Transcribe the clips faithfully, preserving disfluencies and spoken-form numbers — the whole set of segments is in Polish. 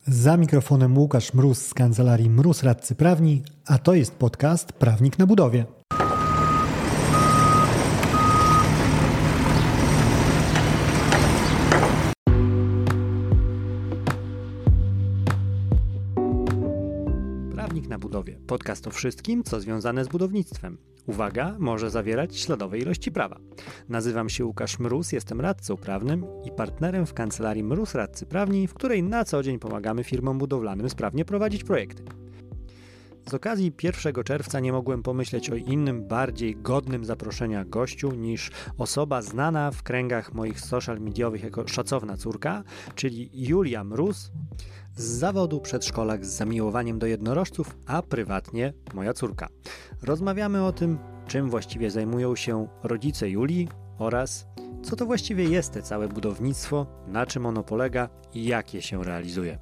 Za mikrofonem Łukasz Mróz z kancelarii Mróz Radcy Prawni, a to jest podcast Prawnik na budowie. Prawnik na budowie. Podcast o wszystkim, co związane z budownictwem. Uwaga, może zawierać śladowe ilości prawa. Nazywam się Łukasz Mróz, jestem radcą prawnym i partnerem w kancelarii Mróz Radcy Prawni, w której na co dzień pomagamy firmom budowlanym sprawnie prowadzić projekty. Z okazji pierwszego czerwca nie mogłem pomyśleć o innym, bardziej godnym zaproszenia gościu niż osoba znana w kręgach moich social mediowych jako szacowna córka, czyli Julia Mróz, z zawodu przedszkolak z zamiłowaniem do jednorożców, a prywatnie moja córka. Rozmawiamy o tym, czym właściwie zajmują się rodzice Julii oraz co to właściwie jest te całe budownictwo, na czym ono polega i jak je się realizuje.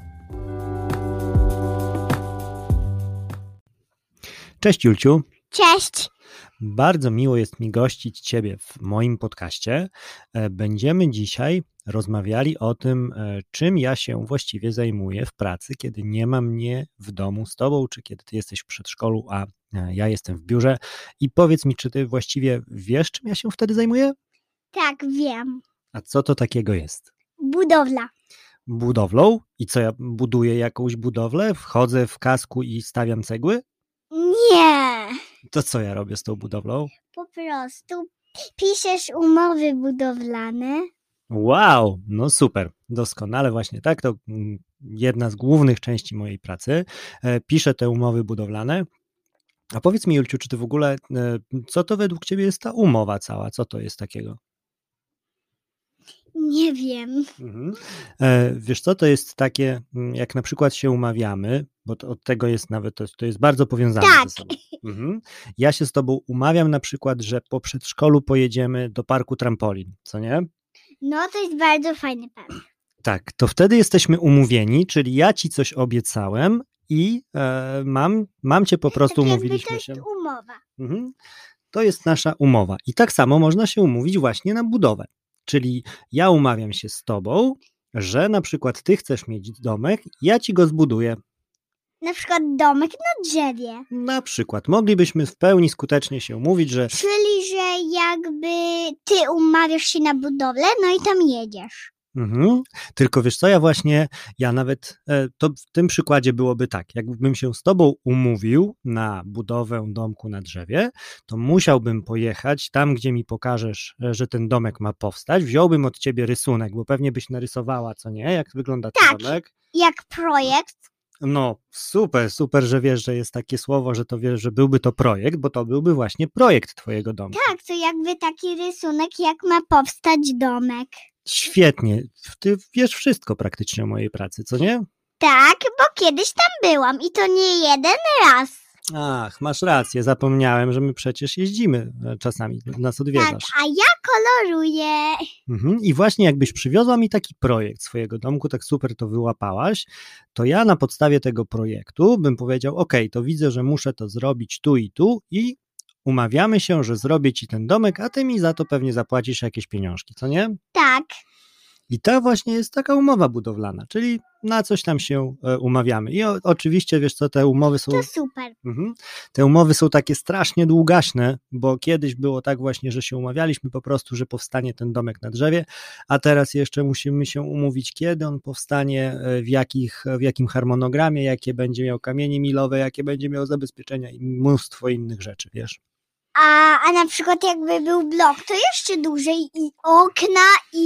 Cześć Julciu. Cześć. Bardzo miło jest mi gościć Ciebie w moim podcaście. Będziemy dzisiaj rozmawiali o tym, czym ja się właściwie zajmuję w pracy, kiedy nie ma mnie w domu z Tobą, czy kiedy Ty jesteś w przedszkolu, a ja jestem w biurze. I powiedz mi, czy Ty właściwie wiesz, czym ja się wtedy zajmuję? Tak, wiem. A co to takiego jest? Budowla. Budowlą? I co, ja buduję jakąś budowlę? Wchodzę w kasku i stawiam cegły? Nie. To co ja robię z tą budowlą? Po prostu piszesz umowy budowlane. Wow, no super, doskonale właśnie tak, to jedna z głównych części mojej pracy. Piszę te umowy budowlane. A powiedz mi, Julciu, czy ty w ogóle, co to według ciebie jest ta umowa cała? Co to jest takiego? Nie wiem. Mhm. Wiesz co, to jest takie, jak na przykład się umawiamy, bo to, od tego jest nawet, to, to jest bardzo powiązane Tak. ze sobą. Mhm. Ja się z tobą umawiam na przykład, że po przedszkolu pojedziemy do parku trampolin, co nie? No to jest bardzo fajny plan. Tak, to wtedy jesteśmy umówieni, czyli ja ci coś obiecałem i e, mam, mam cię po prostu, tak umówiliśmy to jest się. umowa. Mhm. To jest nasza umowa. I tak samo można się umówić właśnie na budowę. Czyli ja umawiam się z tobą, że na przykład ty chcesz mieć domek, ja ci go zbuduję. Na przykład domek na drzewie. Na przykład moglibyśmy w pełni skutecznie się umówić, że... Czyli, że jakby ty umawiasz się na budowlę, no i tam jedziesz. Mhm. Tylko wiesz co, ja właśnie, ja nawet, to w tym przykładzie byłoby tak, jakbym się z tobą umówił na budowę domku na drzewie, to musiałbym pojechać tam, gdzie mi pokażesz, że ten domek ma powstać, wziąłbym od ciebie rysunek, bo pewnie byś narysowała, co nie, jak wygląda ten tak, domek. Jak projekt. No super, super, że wiesz, że jest takie słowo, że to wiesz, że byłby to projekt, bo to byłby właśnie projekt twojego domku. Tak, to jakby taki rysunek, jak ma powstać domek. Świetnie, ty wiesz wszystko praktycznie o mojej pracy, co nie? Tak, bo kiedyś tam byłam i to nie jeden raz. Ach, masz rację, zapomniałem, że my przecież jeździmy czasami, nas odwiedzasz. Tak, a ja koloruję. Mhm. I właśnie jakbyś przywiozła mi taki projekt swojego domku, tak super to wyłapałaś, to ja na podstawie tego projektu bym powiedział, ok, to widzę, że muszę to zrobić tu i tu i umawiamy się, że zrobię ci ten domek, a ty mi za to pewnie zapłacisz jakieś pieniążki, co nie? Tak. I to właśnie jest taka umowa budowlana, czyli na coś tam się umawiamy. I o, oczywiście, wiesz co, te umowy są... To super. Mhm. Te umowy są takie strasznie długaśne, bo kiedyś było tak właśnie, że się umawialiśmy po prostu, że powstanie ten domek na drzewie, a teraz jeszcze musimy się umówić, kiedy on powstanie, w, jakich, w jakim harmonogramie, jakie będzie miał kamienie milowe, jakie będzie miał zabezpieczenia i mnóstwo innych rzeczy, wiesz. A, a na przykład jakby był blok, to jeszcze dłużej i okna,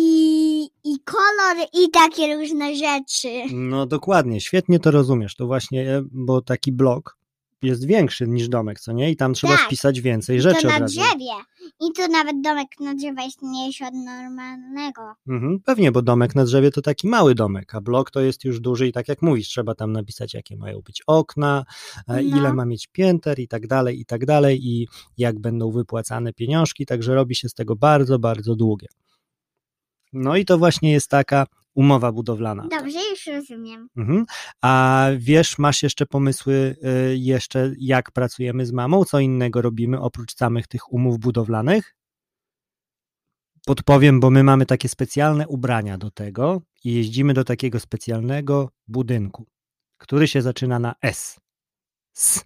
i, i kolor, i takie różne rzeczy. No dokładnie, świetnie to rozumiesz. To właśnie, bo taki blok jest większy niż domek, co nie? I tam trzeba tak. wpisać więcej rzeczy. To na od razu. drzewie. I tu nawet domek na drzewie jest mniejszy od normalnego. Mhm, pewnie, bo domek na drzewie to taki mały domek, a blok to jest już duży i tak jak mówisz, trzeba tam napisać, jakie mają być okna, no. ile ma mieć pięter i tak dalej, i tak dalej i jak będą wypłacane pieniążki, także robi się z tego bardzo, bardzo długie. No i to właśnie jest taka umowa budowlana. Dobrze, już rozumiem. Mhm. A wiesz, masz jeszcze pomysły y, jeszcze jak pracujemy z mamą? Co innego robimy oprócz samych tych umów budowlanych? podpowiem, bo my mamy takie specjalne ubrania do tego i jeździmy do takiego specjalnego budynku, który się zaczyna na S. S.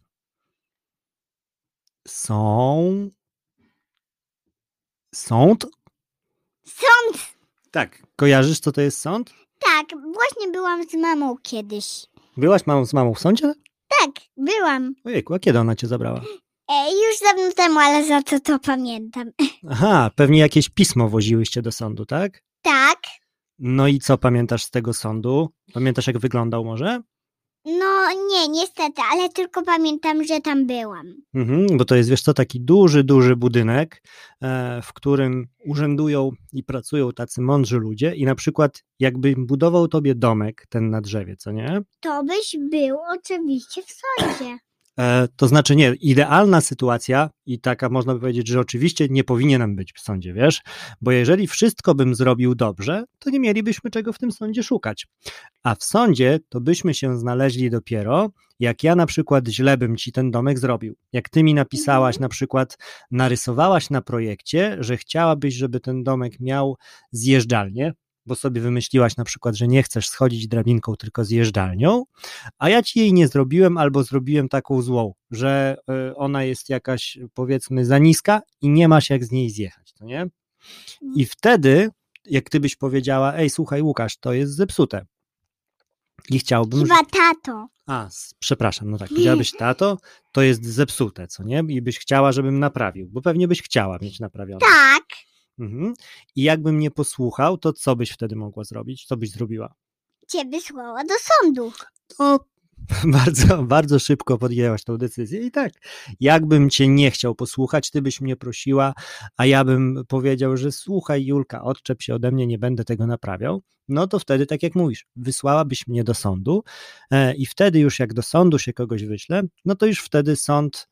Są... Sąd? Sąd. Tak. Kojarzysz, co to jest sąd? Tak, właśnie byłam z mamą kiedyś. Byłaś mamą z mamą w sądzie? Tak, byłam. Ojejku, a kiedy ona cię zabrała? E, już dawno temu, ale za to to pamiętam. Aha, pewnie jakieś pismo woziłyście do sądu, tak? Tak. No i co pamiętasz z tego sądu? Pamiętasz, jak wyglądał może? No nie, niestety, ale tylko pamiętam, że tam byłam. Mhm, bo to jest, wiesz co, taki duży, duży budynek, e, w którym urzędują i pracują tacy mądrzy ludzie i na przykład jakby budował tobie domek, ten na drzewie, co nie? To byś był oczywiście w sądzie. E, to znaczy nie, idealna sytuacja i taka można by powiedzieć, że oczywiście nie powinienem być w sądzie, wiesz, bo jeżeli wszystko bym zrobił dobrze, to nie mielibyśmy czego w tym sądzie szukać. A w sądzie to byśmy się znaleźli dopiero, jak ja na przykład źle bym ci ten domek zrobił. Jak ty mi napisałaś, na przykład narysowałaś na projekcie, że chciałabyś, żeby ten domek miał zjeżdżalnię, bo sobie wymyśliłaś na przykład, że nie chcesz schodzić drabinką, tylko zjeżdżalnią, a ja ci jej nie zrobiłem albo zrobiłem taką złą, że ona jest jakaś, powiedzmy, za niska i nie masz jak z niej zjechać, to nie? I wtedy, jak ty byś powiedziała, ej, słuchaj Łukasz, to jest zepsute i chciałbym... Chyba tato. A, przepraszam, no tak, powiedziałabyś tato, to jest zepsute, co nie? I byś chciała, żebym naprawił, bo pewnie byś chciała mieć naprawione. Tak. Mhm. I jakbym nie posłuchał, to co byś wtedy mogła zrobić? Co byś zrobiła? Cię wysłała do sądu. To bardzo, bardzo szybko podjęłaś tą decyzję i tak, jakbym cię nie chciał posłuchać, ty byś mnie prosiła, a ja bym powiedział, że słuchaj Julka, odczep się ode mnie, nie będę tego naprawiał, no to wtedy, tak jak mówisz, wysłałabyś mnie do sądu e, i wtedy już jak do sądu się kogoś wyśle, no to już wtedy sąd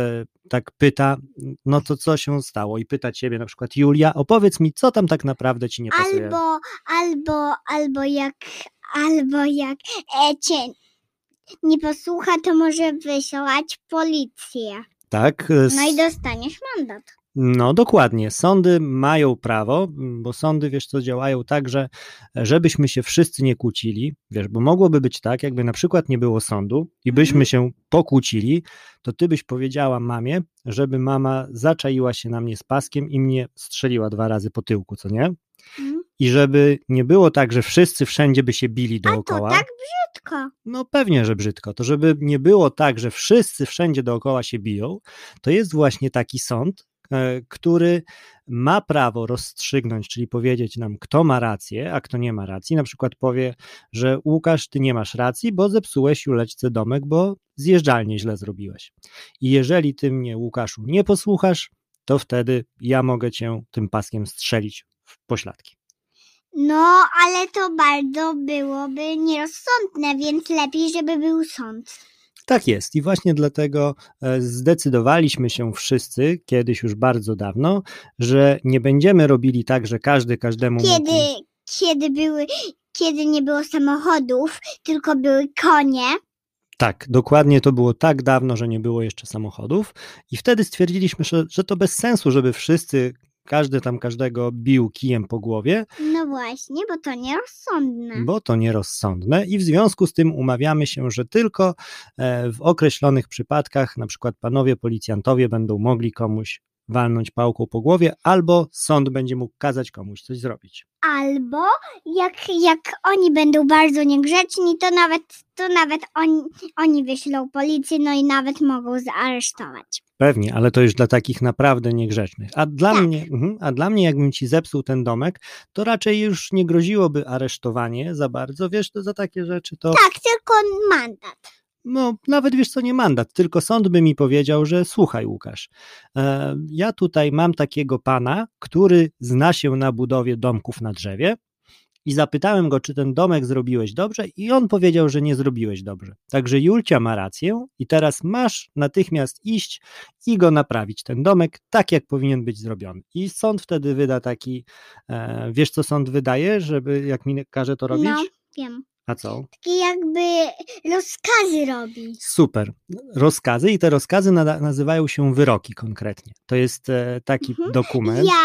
tak pyta, no to co się stało i pyta ciebie na przykład Julia, opowiedz mi, co tam tak naprawdę ci nie pasuje. Albo, albo, albo jak, albo jak e, cię nie posłucha, to może wysłać policję. Tak. No i dostaniesz mandat. No dokładnie, sądy mają prawo, bo sądy, wiesz co, działają tak, że żebyśmy się wszyscy nie kłócili, wiesz, bo mogłoby być tak, jakby na przykład nie było sądu i byśmy mm. się pokłócili, to ty byś powiedziała mamie, żeby mama zaczaiła się na mnie z paskiem i mnie strzeliła dwa razy po tyłku, co nie? Mm. I żeby nie było tak, że wszyscy wszędzie by się bili dookoła. A to tak brzydko. No pewnie, że brzydko. To żeby nie było tak, że wszyscy wszędzie dookoła się biją, to jest właśnie taki sąd, który ma prawo rozstrzygnąć, czyli powiedzieć nam, kto ma rację, a kto nie ma racji. Na przykład powie, że Łukasz, ty nie masz racji, bo zepsułeś Juleczce domek, bo zjeżdżalnię źle zrobiłeś. I jeżeli ty mnie, Łukaszu, nie posłuchasz, to wtedy ja mogę cię tym paskiem strzelić w pośladki. No, ale to bardzo byłoby nierozsądne, więc lepiej, żeby był sąd. Tak jest i właśnie dlatego zdecydowaliśmy się wszyscy, kiedyś już bardzo dawno, że nie będziemy robili tak, że każdy każdemu... Kiedy, mógł... kiedy, były, kiedy nie było samochodów, tylko były konie. Tak, dokładnie to było tak dawno, że nie było jeszcze samochodów i wtedy stwierdziliśmy, że, że to bez sensu, żeby wszyscy... Każdy tam każdego bił kijem po głowie. No właśnie, bo to nierozsądne. Bo to nierozsądne i w związku z tym umawiamy się, że tylko w określonych przypadkach, na przykład panowie policjantowie będą mogli komuś walnąć pałką po głowie, albo sąd będzie mógł kazać komuś coś zrobić. Albo jak, jak oni będą bardzo niegrzeczni, to nawet, to nawet oni, oni wyślą policję, no i nawet mogą zaaresztować. Pewnie, ale to już dla takich naprawdę niegrzecznych. A dla tak. mnie, a dla mnie, jakbym ci zepsuł ten domek, to raczej już nie groziłoby aresztowanie za bardzo, wiesz, to za takie rzeczy to... Tak, tylko mandat. No, nawet wiesz co, nie mandat, tylko sąd by mi powiedział, że słuchaj Łukasz, e, ja tutaj mam takiego pana, który zna się na budowie domków na drzewie i zapytałem go, czy ten domek zrobiłeś dobrze i on powiedział, że nie zrobiłeś dobrze. Także Julcia ma rację i teraz masz natychmiast iść i go naprawić, ten domek, tak jak powinien być zrobiony. I sąd wtedy wyda taki, e, wiesz co sąd wydaje, żeby jak mi każe to robić? No, wiem. A co? Takie jakby rozkazy robi. Super. Rozkazy i te rozkazy nada- nazywają się wyroki konkretnie. To jest e, taki mhm. dokument. Ja,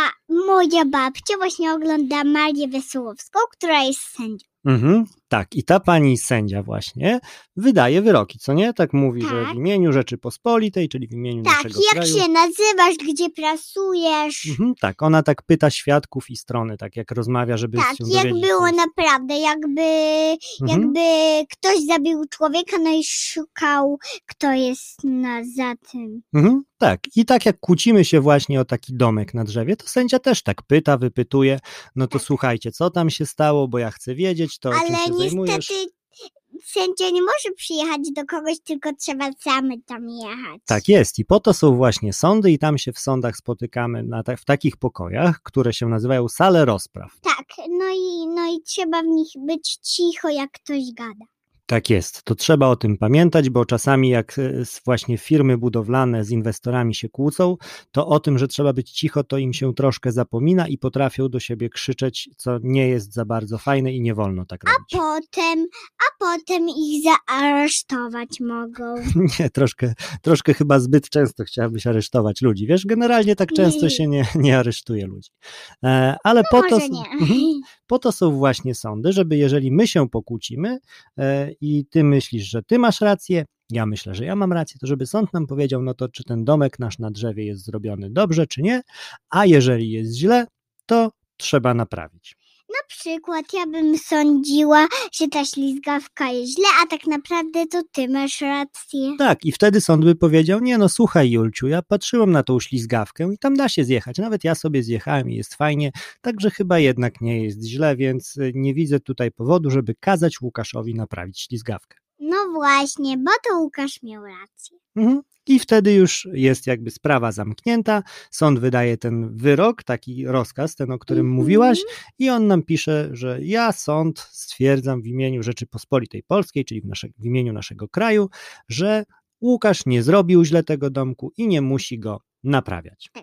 moja babcia właśnie ogląda Marię Wesołowską, która jest sędzią. Mhm, tak, i ta pani sędzia właśnie wydaje wyroki, co nie? Tak mówi, że Tak. w imieniu Rzeczypospolitej, czyli w imieniu Tak, naszego jak kraju. się nazywasz, gdzie pracujesz. Mhm, tak, ona tak pyta świadków i strony, tak jak rozmawia, żeby Tak, się jak dowiedzieć. było co jest. naprawdę, jakby, Mhm. jakby ktoś zabił człowieka, no i szukał, kto jest na, za tym. Mhm, tak, i tak jak kłócimy się właśnie o taki domek na drzewie, to sędzia też tak pyta, wypytuje, no to Tak. słuchajcie, co tam się stało, bo ja chcę wiedzieć, to o czym Ale się zajmujesz. niestety sędzia nie może przyjechać do kogoś, tylko trzeba samy tam jechać. Tak jest i po to są właśnie sądy i tam się w sądach spotykamy na ta, w takich pokojach, które się nazywają sale rozpraw. Tak, no i, no i trzeba w nich być cicho, jak ktoś gada. Tak jest, to trzeba o tym pamiętać, bo czasami jak e, s- właśnie firmy budowlane z inwestorami się kłócą, to o tym, że trzeba być cicho, to im się troszkę zapomina i potrafią do siebie krzyczeć, co nie jest za bardzo fajne i nie wolno tak robić. Potem, a potem ich zaaresztować mogą. Nie, troszkę, troszkę chyba zbyt często chciałabyś aresztować ludzi. Wiesz, generalnie tak często Nie. się nie, nie aresztuje ludzi. E, ale po to, Może s- nie. Mhm. po to są właśnie sądy, żeby jeżeli my się pokłócimy e, i ty myślisz, że ty masz rację, ja myślę, że ja mam rację, to żeby sąd nam powiedział, no to czy ten domek nasz na drzewie jest zrobiony dobrze, czy nie, a jeżeli jest źle, to trzeba naprawić. Na przykład ja bym sądziła, że ta ślizgawka jest źle, a tak naprawdę to ty masz rację. Tak, i wtedy sąd by powiedział, nie no słuchaj Julciu, ja patrzyłem na tą ślizgawkę i tam da się zjechać, nawet ja sobie zjechałem i jest fajnie, także chyba jednak nie jest źle, więc y, nie widzę tutaj powodu, żeby kazać Łukaszowi naprawić ślizgawkę. No właśnie, bo to Łukasz miał rację. Mhm. I wtedy już jest jakby sprawa zamknięta, sąd wydaje ten wyrok, taki rozkaz, ten o którym Mhm. mówiłaś i on nam pisze, że ja sąd stwierdzam w imieniu Rzeczypospolitej Polskiej, czyli w, nasze, w imieniu naszego kraju, że Łukasz nie zrobił źle tego domku i nie musi go naprawiać. Tak.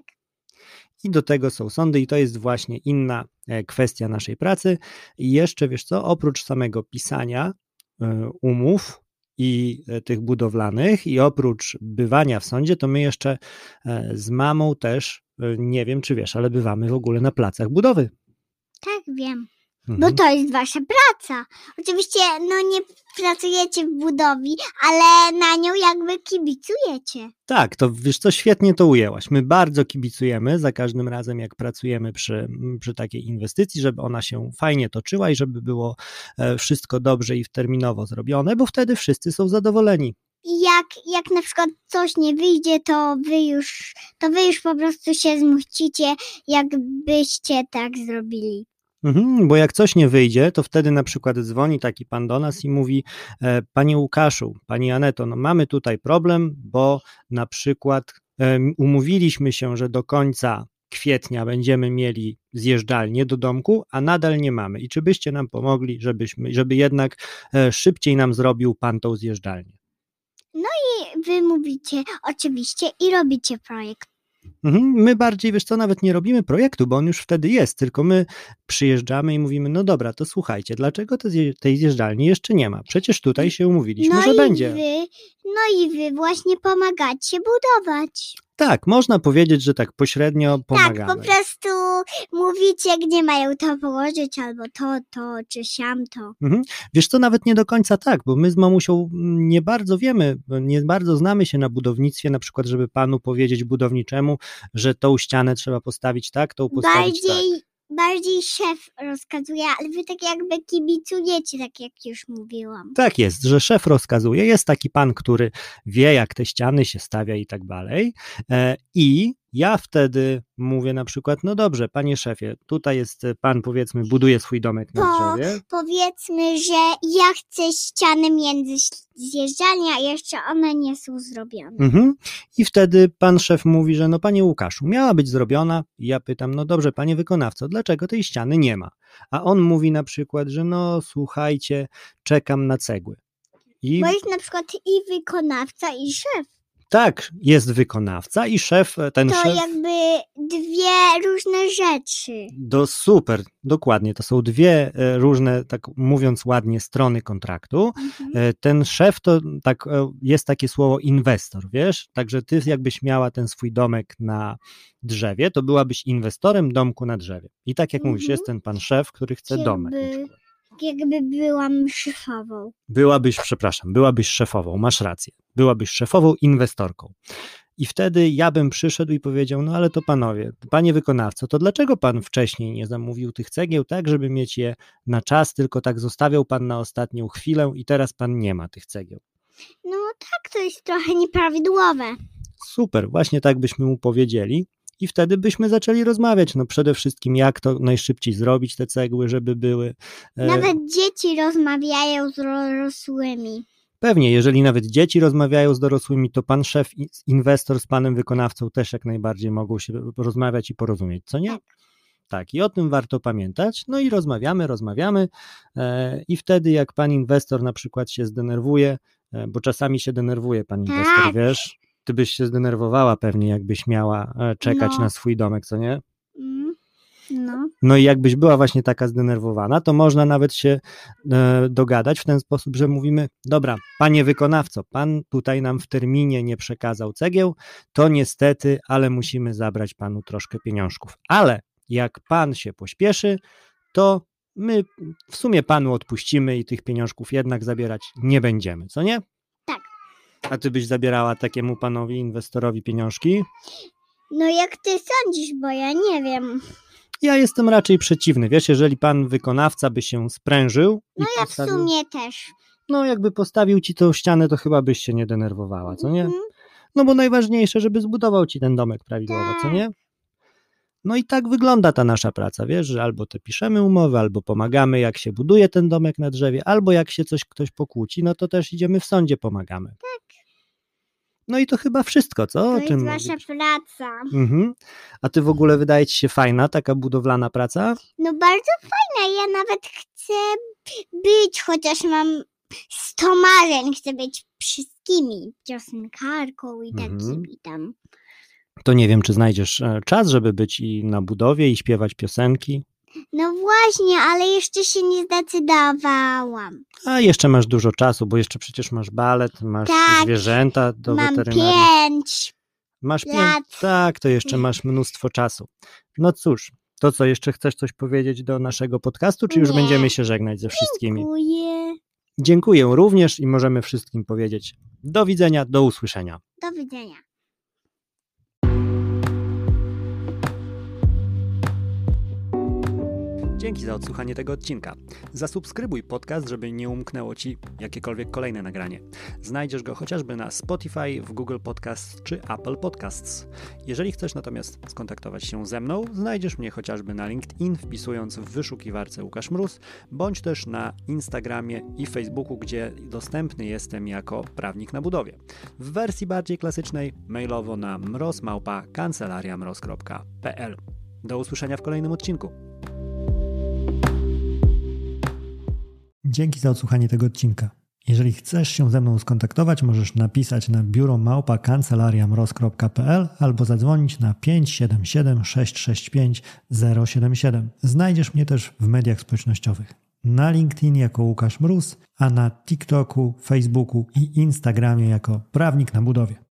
I do tego są sądy i to jest właśnie inna e, kwestia naszej pracy. I jeszcze, wiesz co, oprócz samego pisania e, umów i e, tych budowlanych i oprócz bywania w sądzie, to my jeszcze e, z mamą też, e, nie wiem czy wiesz, ale bywamy w ogóle na placach budowy. Tak, wiem. Bo Mhm. to jest wasza praca. Oczywiście, no nie pracujecie w budowie, ale na nią jakby kibicujecie. Tak, to wiesz co, świetnie to ujęłaś. My bardzo kibicujemy za każdym razem, jak pracujemy przy, przy takiej inwestycji, żeby ona się fajnie toczyła i żeby było e, wszystko dobrze i terminowo zrobione, bo wtedy wszyscy są zadowoleni. I jak, jak na przykład coś nie wyjdzie, to wy już, to wy już po prostu się zmuścicie, jakbyście tak zrobili. Mhm, bo jak coś nie wyjdzie, to wtedy na przykład dzwoni taki pan do nas i mówi, e, panie Łukaszu, pani Aneto, no mamy tutaj problem, bo na przykład e, umówiliśmy się, że do końca kwietnia będziemy mieli zjeżdżalnię do domku, a nadal nie mamy. I czy byście nam pomogli, żebyśmy, żeby jednak e, szybciej nam zrobił pan tą zjeżdżalnię? I wy mówicie oczywiście i robicie projekt. Mhm, my bardziej, wiesz co, nawet nie robimy projektu, bo on już wtedy jest, tylko my przyjeżdżamy i mówimy, no dobra, to słuchajcie, dlaczego te zje- tej zjeżdżalni jeszcze nie ma? Przecież tutaj się umówiliśmy, No że i będzie. wy, no i wy właśnie pomagacie budować. Tak, można powiedzieć, że tak pośrednio pomagamy. Tak, po prostu mówicie, gdzie mają to położyć, albo to, to, czy siamto. Mhm. Wiesz co, nawet nie do końca tak, bo my z mamusią mm, nie bardzo wiemy, nie bardzo znamy się na budownictwie, na przykład, żeby panu powiedzieć budowniczemu, że tą ścianę trzeba postawić tak, tą postawić tak. Bardziej, bardziej szef rozkazuje, ale wy tak jakby kibicujecie, tak jak już mówiłam. Tak jest, że szef rozkazuje, jest taki pan, który wie, jak te ściany się stawia i tak dalej. E, I ja wtedy mówię na przykład, no dobrze, panie szefie, tutaj jest pan, powiedzmy, buduje swój domek na Po- drzewie. Powiedzmy, że ja chcę ściany między zjeżdżalni, a jeszcze one nie są zrobione. Mhm. I wtedy pan szef mówi, że no panie Łukaszu, miała być zrobiona. I ja pytam, no dobrze, panie wykonawco, dlaczego tej ściany nie ma? A on mówi na przykład, że no słuchajcie, czekam na cegły. I Bo jest na przykład i wykonawca, i szef. Tak, jest wykonawca i szef, ten To szef... jakby dwie różne rzeczy. Do super, dokładnie. To są dwie e, różne, tak mówiąc ładnie, strony kontraktu. Mhm. E, ten szef to tak e, jest takie słowo inwestor, wiesz? Także ty jakbyś miała ten swój domek na drzewie, to byłabyś inwestorem domku na drzewie. I tak jak Mhm. mówisz, jest ten pan szef, który chce Jakby- domek. na przykład. Jakby byłam szefową. Byłabyś, przepraszam, byłabyś szefową, masz rację. Byłabyś szefową inwestorką. I wtedy ja bym przyszedł i powiedział, no ale to panowie, panie wykonawco, to dlaczego pan wcześniej nie zamówił tych cegieł tak, żeby mieć je na czas, tylko tak zostawiał pan na ostatnią chwilę i teraz pan nie ma tych cegieł. No tak, to jest trochę nieprawidłowe. Super, właśnie tak byśmy mu powiedzieli i wtedy byśmy zaczęli rozmawiać, no przede wszystkim jak to najszybciej zrobić te cegły, żeby były... e, Nawet dzieci rozmawiają z dorosłymi. Pewnie, jeżeli nawet dzieci rozmawiają z dorosłymi, to pan szef, i- inwestor z panem wykonawcą też jak najbardziej mogą się rozmawiać i porozumieć, co nie? Tak. Tak, i o tym warto pamiętać. No i rozmawiamy, rozmawiamy e, i wtedy jak pan inwestor na przykład się zdenerwuje, e, bo czasami się denerwuje pan Tak. inwestor, wiesz? Ty byś się zdenerwowała pewnie, jakbyś miała e, czekać No. na swój domek, co nie? Mm, No. No i jakbyś była właśnie taka zdenerwowana, to można nawet się e, dogadać w ten sposób, że mówimy, dobra, panie wykonawco, pan tutaj nam w terminie nie przekazał cegieł, to niestety, ale musimy zabrać panu troszkę pieniążków. Ale jak pan się pośpieszy, to my w sumie panu odpuścimy i tych pieniążków jednak zabierać nie będziemy, co nie? Tak. A ty byś zabierała takiemu panowi, inwestorowi pieniążki? No jak ty sądzisz, bo ja nie wiem. Ja jestem raczej przeciwny, wiesz, jeżeli pan wykonawca by się sprężył i No ja w postawił, sumie też. no jakby postawił ci tą ścianę, to chyba byś się nie denerwowała, co nie? Mhm. No bo najważniejsze, żeby zbudował ci ten domek prawidłowo, co Tak. nie? No i tak wygląda ta nasza praca, wiesz, że albo to piszemy umowy, albo pomagamy, jak się buduje ten domek na drzewie, albo jak się coś ktoś pokłóci, no to też idziemy w sądzie, pomagamy. Tak. No i to chyba wszystko, co? To O jest czym wasza mówić? praca. Mhm. A ty w ogóle wydaje ci się fajna taka budowlana praca? No bardzo fajna. Ja nawet chcę być, chociaż mam sto marzeń. Chcę być wszystkimi. Piosenkarką i Mhm. takimi tam. To nie wiem, czy znajdziesz e, czas, żeby być i na budowie i śpiewać piosenki. No właśnie, ale jeszcze się nie zdecydowałam. A jeszcze masz dużo czasu, bo jeszcze przecież masz balet, masz Tak. zwierzęta do Mam weterynarii. pięć. Masz pięć. lat. Tak, to jeszcze masz mnóstwo czasu. No cóż, to co, jeszcze chcesz coś powiedzieć do naszego podcastu, czy już Nie. będziemy się żegnać ze wszystkimi? Dziękuję. Dziękuję również i możemy wszystkim powiedzieć do widzenia, do usłyszenia. Do widzenia. Dzięki za odsłuchanie tego odcinka. Zasubskrybuj podcast, żeby nie umknęło Ci jakiekolwiek kolejne nagranie. Znajdziesz go chociażby na Spotify, w Google Podcasts czy Apple Podcasts. Jeżeli chcesz natomiast skontaktować się ze mną, znajdziesz mnie chociażby na LinkedIn, wpisując w wyszukiwarce Łukasz Mróz, bądź też na Instagramie i Facebooku, gdzie dostępny jestem jako prawnik na budowie. W wersji bardziej klasycznej mailowo na mroz małpa kancelaria mroz kropka p l. Do usłyszenia w kolejnym odcinku. Dzięki za odsłuchanie tego odcinka. Jeżeli chcesz się ze mną skontaktować, możesz napisać na biuro małpa kancelaria mroz kropka p l albo zadzwonić na pięć siedem siedem sześć sześć pięć zero siedem siedem. Znajdziesz mnie też w mediach społecznościowych. Na LinkedIn jako Łukasz Mróz, a na TikToku, Facebooku i Instagramie jako Prawnik na Budowie.